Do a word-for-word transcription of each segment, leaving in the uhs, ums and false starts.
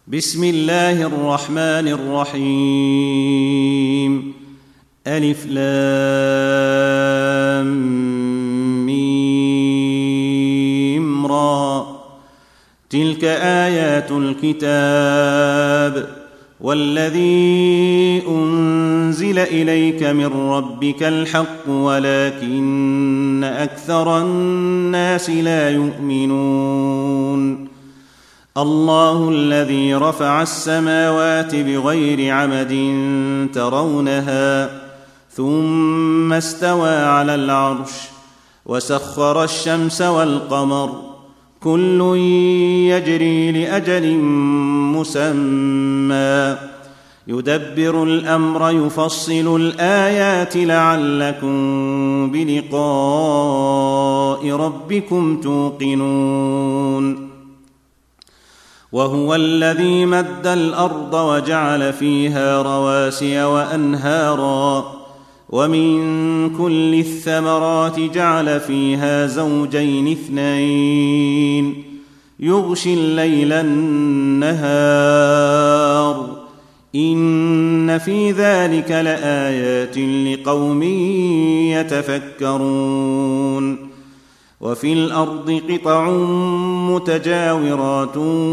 بسم الله الرحمن الرحيم. ألف لام ميم را. تلك آيات الكتاب والذي أنزل إليك من ربك الحق ولكن أكثر الناس لا يؤمنون. الله الذي رفع السماوات بغير عمد ترونها ثم استوى على العرش وسخر الشمس والقمر كل يجري لأجل مسمى يدبر الأمر يفصل الآيات لعلكم بلقاء ربكم توقنون. وهو الذي مد الأرض وجعل فيها رواسي وأنهارا ومن كل الثمرات جعل فيها زوجين اثنين يغشي الليل النهار إن في ذلك لآيات لقوم يتفكرون. وفي الأرض قطع متجاورات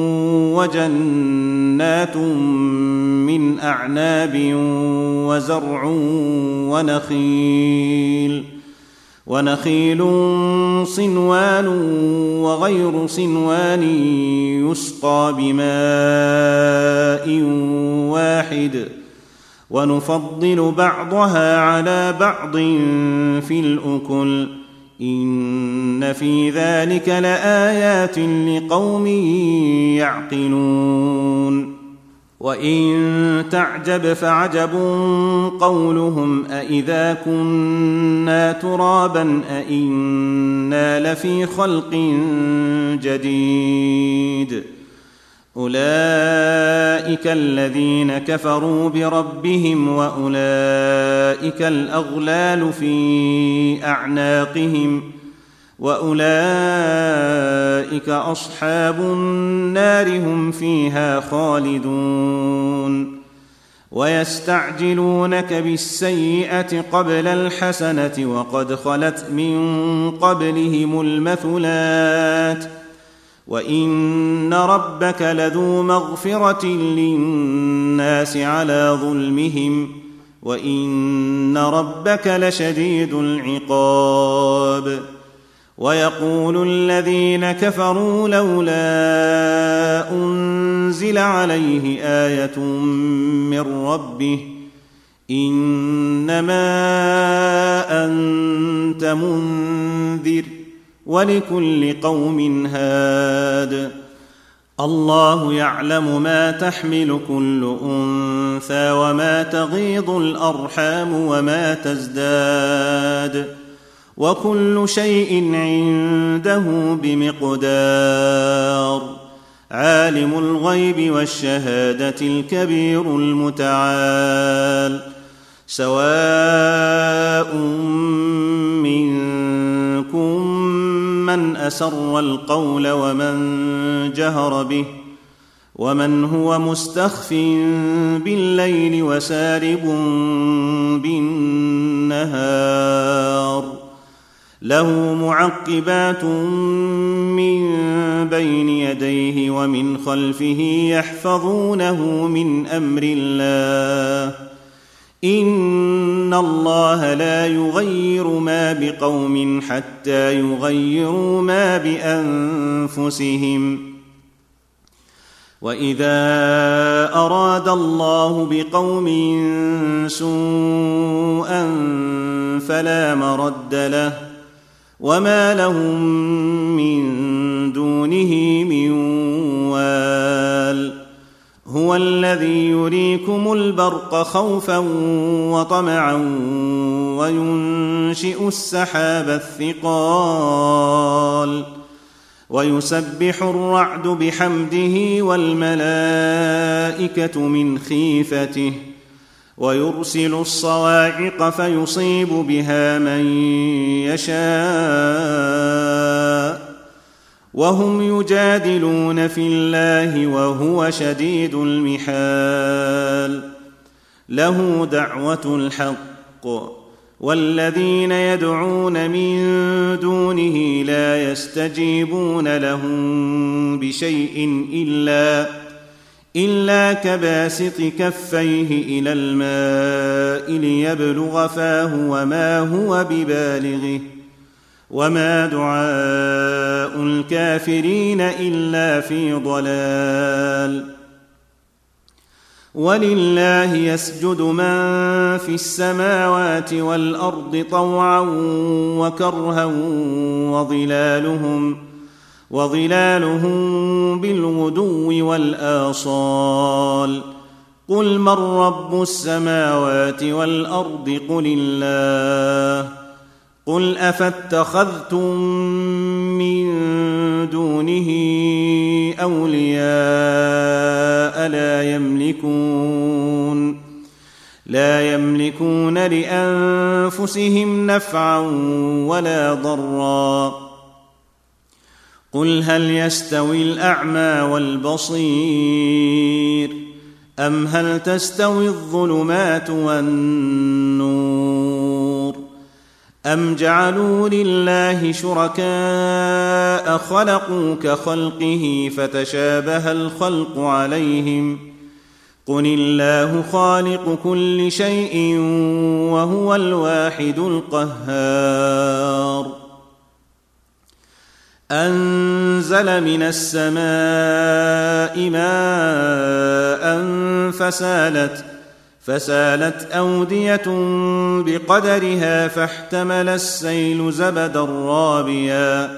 وجنات من أعناب وزرع ونخيل ونخيل صنوان وغير صنوان يسقى بماء واحد ونفضل بعضها على بعض في الأكل إن في ذلك لآيات لقوم يعقلون. وإن تعجب فعجب قولهم أإذا كنا ترابا أإنا لفي خلق جديد أولئك الذين كفروا بربهم وأولئك الأغلال في أعناقهم وأولئك أصحاب النار هم فيها خالدون. ويستعجلونك بالسيئة قبل الحسنة وقد خلت من قبلهم المثلات وإن ربك لذو مغفرة للناس على ظلمهم وإن ربك لشديد العقاب. ويقول الذين كفروا لولا أنزل عليه آية من ربه إنما أنت منذر ولكل قوم هاد. الله يعلم ما تحمل كل أنثى وما تغيض الأرحام وما تزداد وكل شيء عنده بمقدار. عالم الغيب والشهادة الكبير المتعال. سواء منكم من أسر القول ومن جهر به ومن هو مستخف بالليل وسارب بالنهار له معقبات من بين يديه ومن خلفه يحفظونه من أمر الله إن الله لا يغير ما بقوم حتى يغيروا ما بأنفسهم. وإذا أراد الله بقوم سوءا فلا مرد له وما لهم من دونه من وال. هو الذي يريكم البرق خوفا وطمعا وينشئ السحاب الثقال ويسبح الرعد بحمده والملائكة من خيفته ويرسل الصواعق فيصيب بها من يشاء وهم يجادلون في الله وهو شديد المحال. له دعوة الحق والذين يدعون من دونه لا يستجيبون لهم بشيء إلا إلا كباسط كفيه إلى الماء ليبلغ فاه وما هو ببالغه وما دعاء الكافرين إلا في ضلال. ولله يسجد من في السماوات والأرض طوعا وكرها وظلالهم وظلالهم بالغدو والآصال. قل من رب السماوات والأرض قل الله. قل أفاتخذتم من دونه أولياء لا يملكون لا يملكون لأنفسهم نفعا ولا ضرا. قل هل يستوي الأعمى والبصير أم هل تستوي الظلمات والنور أم جعلوا لله شركاء خلقوا كخلقه فتشابه الخلق عليهم. قل الله خالق كل شيء وهو الواحد القهار. أنزل من السماء ماء فسالت فسالت أودية بقدرها فاحتمل السيل زبدا رابيا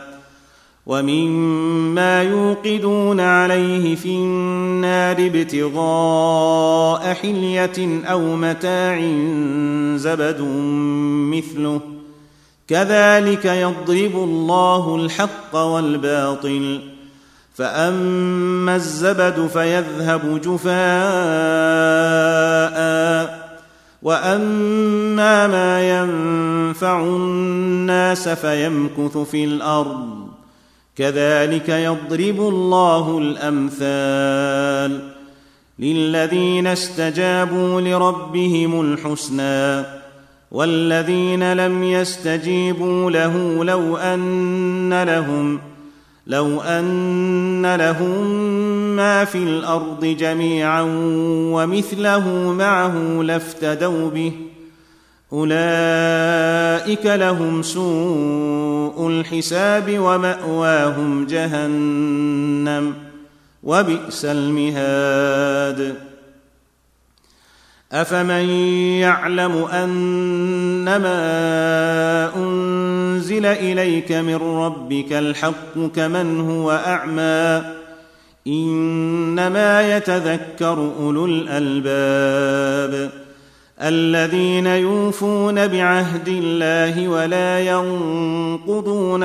ومما يوقدون عليه في النار ابتغاء حلية أو متاع زبد مثله كذلك يضرب الله الحق والباطل. فأما الزبد فيذهب جفاء وأما ما ينفع الناس فيمكث في الأرض كذلك يضرب الله الأمثال. للذين استجابوا لربهم الحسنى والذين لم يستجيبوا له لو أن لهم لو أن لهم ما في الأرض جميعا ومثله معه لافتدوا به أولئك لهم سوء الحساب ومأواهم جهنم وبئس المهاد. أفمن يعلم أنما أنزل إليك من ربك الحق كمن هو أعمى إنما يتذكر أولو الألباب الذين يوفون بعهد الله ولا ينقضون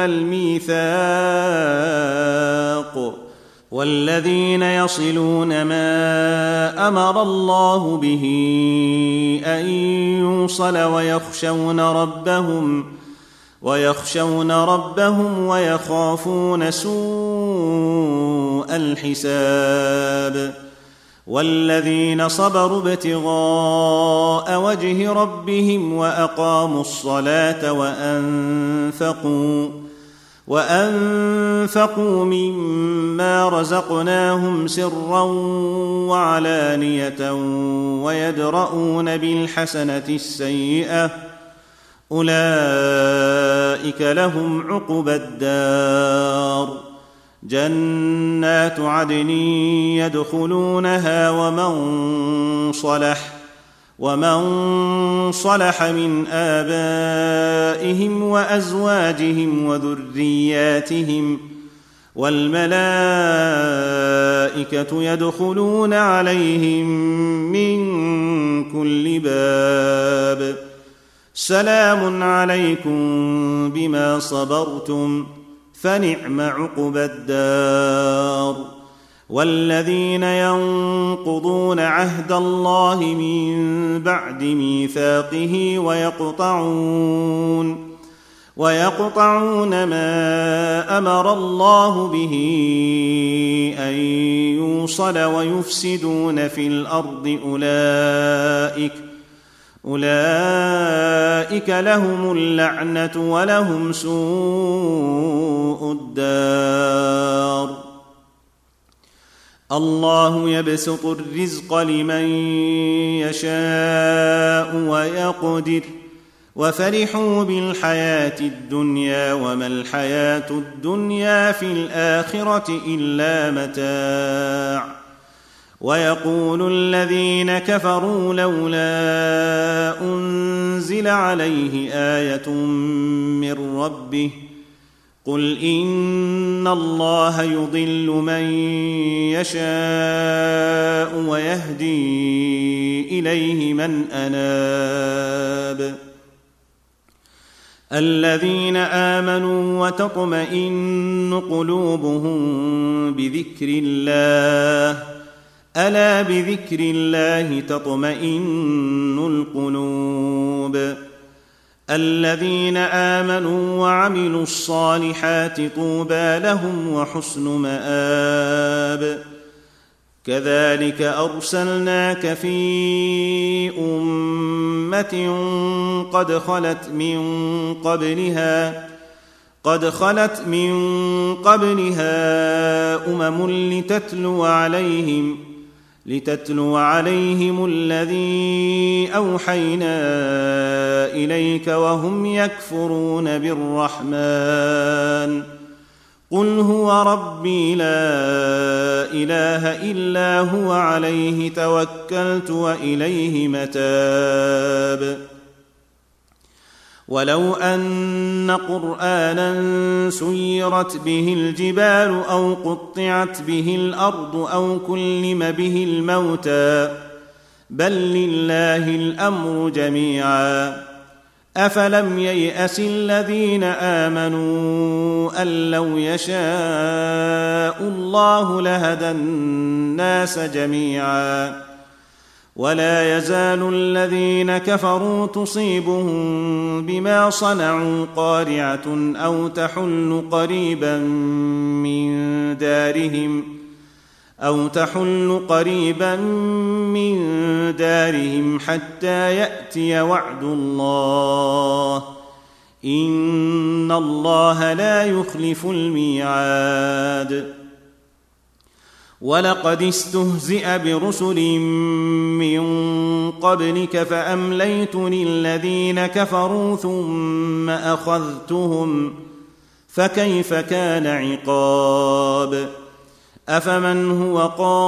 الميثاق والذين يصلون ما أمر الله به أن يوصل ويخشون ربهم ويخشون ربهم ويخافون سوء الحساب. والذين صبروا ابتغاء وجه ربهم وأقاموا الصلاة وأنفقوا وأنفقوا مما رزقناهم سرا وعلانية ويدرؤون بالحسنة السيئة أولئك لهم عقبى الدار جنات عدن يدخلونها ومن صلح ومن صلح من آبائهم وأزواجهم وذرياتهم والملائكة يدخلون عليهم من كل باب سلام عليكم بما صبرتم فنعم عقبى الدار. والذين ينقضون عهد الله من بعد ميثاقه ويقطعون ويقطعون ما أمر الله به أن يوصل ويفسدون في الأرض أولئك أولئك لهم اللعنة ولهم سوء الدار. الله يبسط الرزق لمن يشاء ويقدر وفرحوا بالحياة الدنيا وما الحياة الدنيا في الآخرة إلا متاع. ويقول الذين كفروا لولا أنزل عليه آية من ربه قل إن الله يضل من يشاء ويهدي إليه من أناب. الذين آمنوا وتطمئن قلوبهم بذكر الله ألا بذكر الله تطمئن القلوب. الذين آمنوا وعملوا الصالحات طوبى لهم وحسن مآب. كذلك أرسلناك في أمة قد خلت من قبلها قد خلت من قبلها أمم لتتلو عليهم لتتلو عليهم الذي أوحينا إليك وهم يكفرون بالرحمن قل هو ربي لا إله إلا هو عليه توكلت وإليه متاب. ولو أن قرآنا سيرت به الجبال أو قطعت به الأرض أو كلم به الموتى بل لله الأمر جميعا أفلم ييأس الذين آمنوا أن لو يشاء الله لهدى الناس جميعا ولا يزال الذين كفروا تصيبهم بما صنعوا قارعة أو تحل قريبا من دارهم أو تحل قريبا من دارهم حتى يأتي وعد الله إن الله لا يخلف الميعاد. ولقد استهزئ برسل من قبلك فأمليت للذين كفروا ثم أخذتهم فكيف كان عقاب. أفمن هو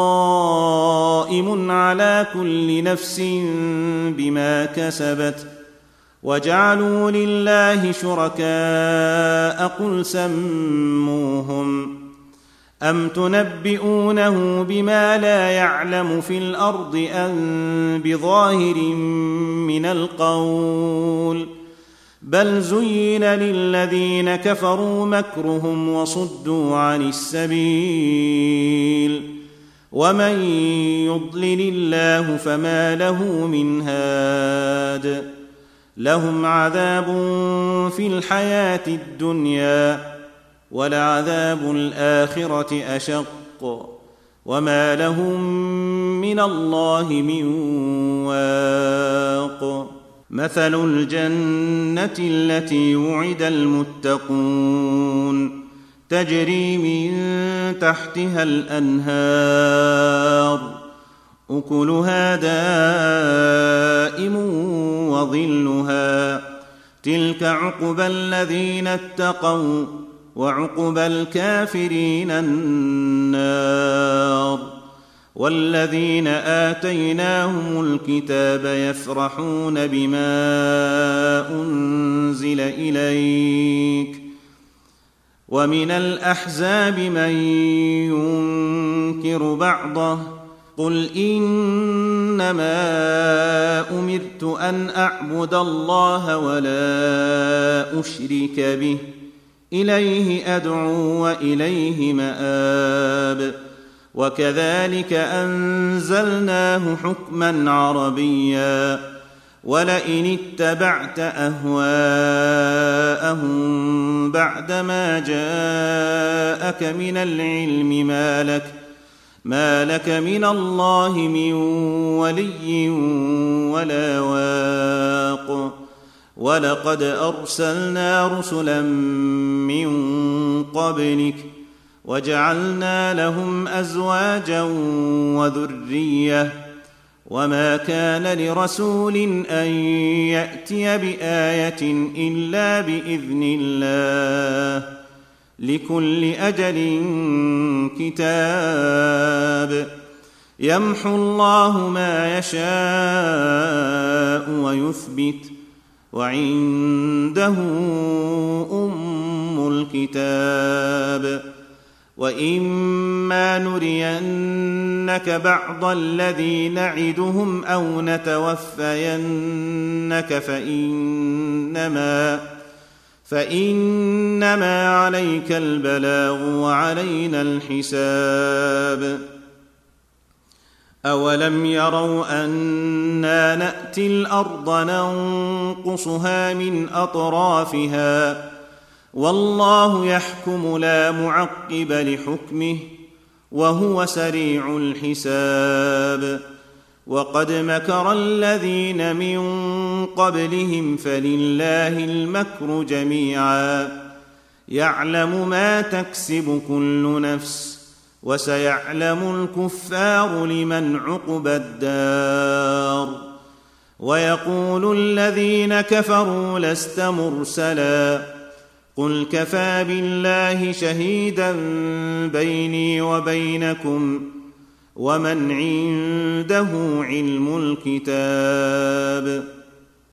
قائم على كل نفس بما كسبت وجعلوا لله شركاء قل سموهم أم تنبئونه بما لا يعلم في الأرض أم بظاهر من القول بل زين للذين كفروا مكرهم وصدوا عن السبيل ومن يضلل الله فما له من هاد. لهم عذاب في الحياة الدنيا ولعذاب الآخرة أشق وما لهم من الله من واق. مثل الجنة التي وعد المتقون تجري من تحتها الأنهار أكلها دائم وظلها تلك عقبى الذين اتقوا وعقبى الكافرين النار. والذين آتيناهم الكتاب يفرحون بما أنزل إليك ومن الأحزاب من ينكر بعضه قل إنما أمرت أن أعبد الله ولا أشرك به إليه أدعو وإليه مآب. وكذلك أنزلناه حكما عربيا ولئن اتبعت أهواءهم بعدما جاءك من العلم ما لك ما لك من الله من ولي ولا واق ولقد أرسلنا رسلا من قبلك وجعلنا لهم أزواجا وذرية وما كان لرسول أن يأتي بآية إلا بإذن الله لكل أجل كتاب يمحو الله ما يشاء ويثبت وعنده أم الكتاب وإما نرينك بعض الذي نعدهم أو نتوفينك فإنما فإنما عليك البلاغ وعلينا الحساب أولم يروا أنا نأتي الأرض ننقصها من أطرافها والله يحكم لا معقب لحكمه وهو سريع الحساب وقد مكر الذين من قبلهم فلله المكر جميعا يعلم ما تكسب كل نفس وسيعلم الكفار لمن عقبى الدار ويقول الذين كفروا لست مرسلا قل كفى بالله شهيدا بيني وبينكم ومن عنده علم الكتاب